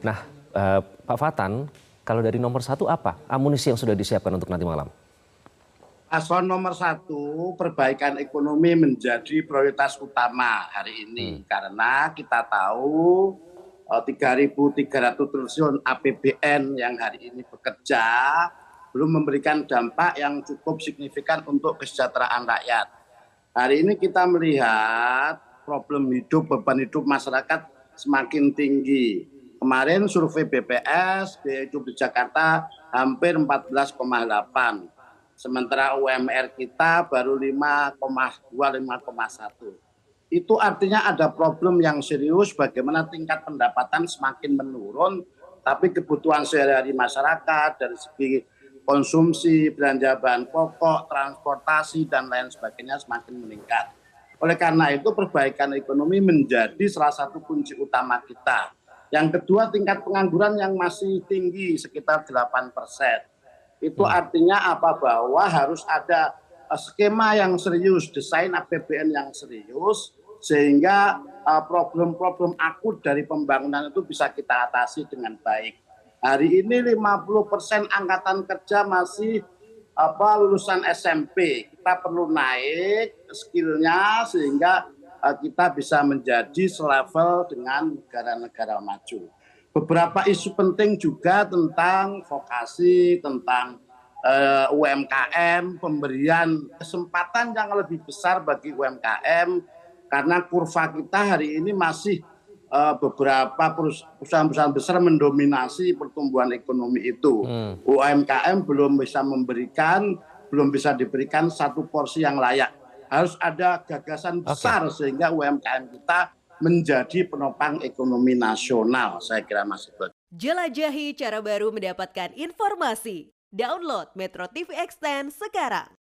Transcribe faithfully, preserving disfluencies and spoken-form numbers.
Nah, eh, Pak Fatan, kalau dari nomor satu apa amunisi yang sudah disiapkan untuk nanti malam? Paslon nomor satu, perbaikan ekonomi menjadi prioritas utama hari ini. Hmm. Karena kita tahu eh, tiga ribu tiga ratus triliun A P B N yang hari ini bekerja belum memberikan dampak yang cukup signifikan untuk kesejahteraan rakyat. Hari ini kita melihat problem hidup, beban hidup masyarakat semakin tinggi. Kemarin survei B P S, biaya hidup di Jakarta hampir empat belas koma delapan. Sementara U M R kita baru lima koma dua, lima koma satu. Itu artinya ada problem yang serius bagaimana tingkat pendapatan semakin menurun, tapi kebutuhan sehari-hari masyarakat dari segi konsumsi, belanja bahan pokok, transportasi, dan lain sebagainya semakin meningkat. Oleh karena itu perbaikan ekonomi menjadi salah satu kunci utama kita. Yang kedua, tingkat pengangguran yang masih tinggi sekitar delapan persen. Itu artinya apa? Bahwa harus ada skema yang serius, desain A P B N yang serius, sehingga problem-problem akut dari pembangunan itu bisa kita atasi dengan baik. Hari ini lima puluh persen angkatan kerja masih apa lulusan S M P. Kita perlu naik skillnya sehingga uh, kita bisa menjadi selevel dengan negara-negara maju. Beberapa isu penting juga tentang vokasi, tentang uh, U M K M, pemberian kesempatan yang lebih besar bagi U M K M, karena kurva kita hari ini masih uh, beberapa perusahaan-perusahaan besar mendominasi pertumbuhan ekonomi itu. Hmm. U M K M belum bisa memberikan, belum bisa diberikan satu porsi yang layak. Harus ada gagasan besar okay. Sehingga U M K M kita menjadi penopang ekonomi nasional, saya kira Mas Ibut. Jelajahi cara baru mendapatkan informasi. Download Metro T V Extend sekarang.